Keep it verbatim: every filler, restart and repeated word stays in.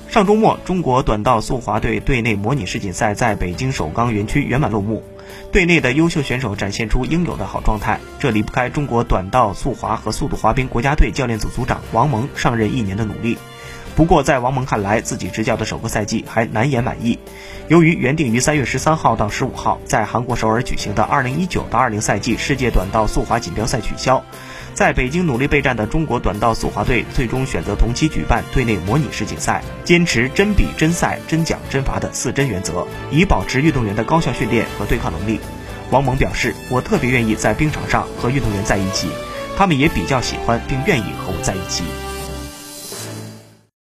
上周末，中国短道速滑队队内模拟世锦赛在北京首钢园区圆满落幕，队内的优秀选手展现出应有的好状态，这离不开中国短道速滑和速度滑冰国家队教练组组长王蒙上任一年的努力。不过在王蒙看来，自己执教的首个赛季还难言满意。由于原定于三月十三号到十五号在韩国首尔举行的二零一九到二零赛季世界短道速滑锦标赛取消，在北京努力备战的中国短道速滑队最终选择同期举办队内模拟世锦赛，坚持真比真赛真奖真罚的四真原则，以保持运动员的高效训练和对抗能力。王蒙表示，我特别愿意在冰场上和运动员在一起，他们也比较喜欢并愿意和我在一起。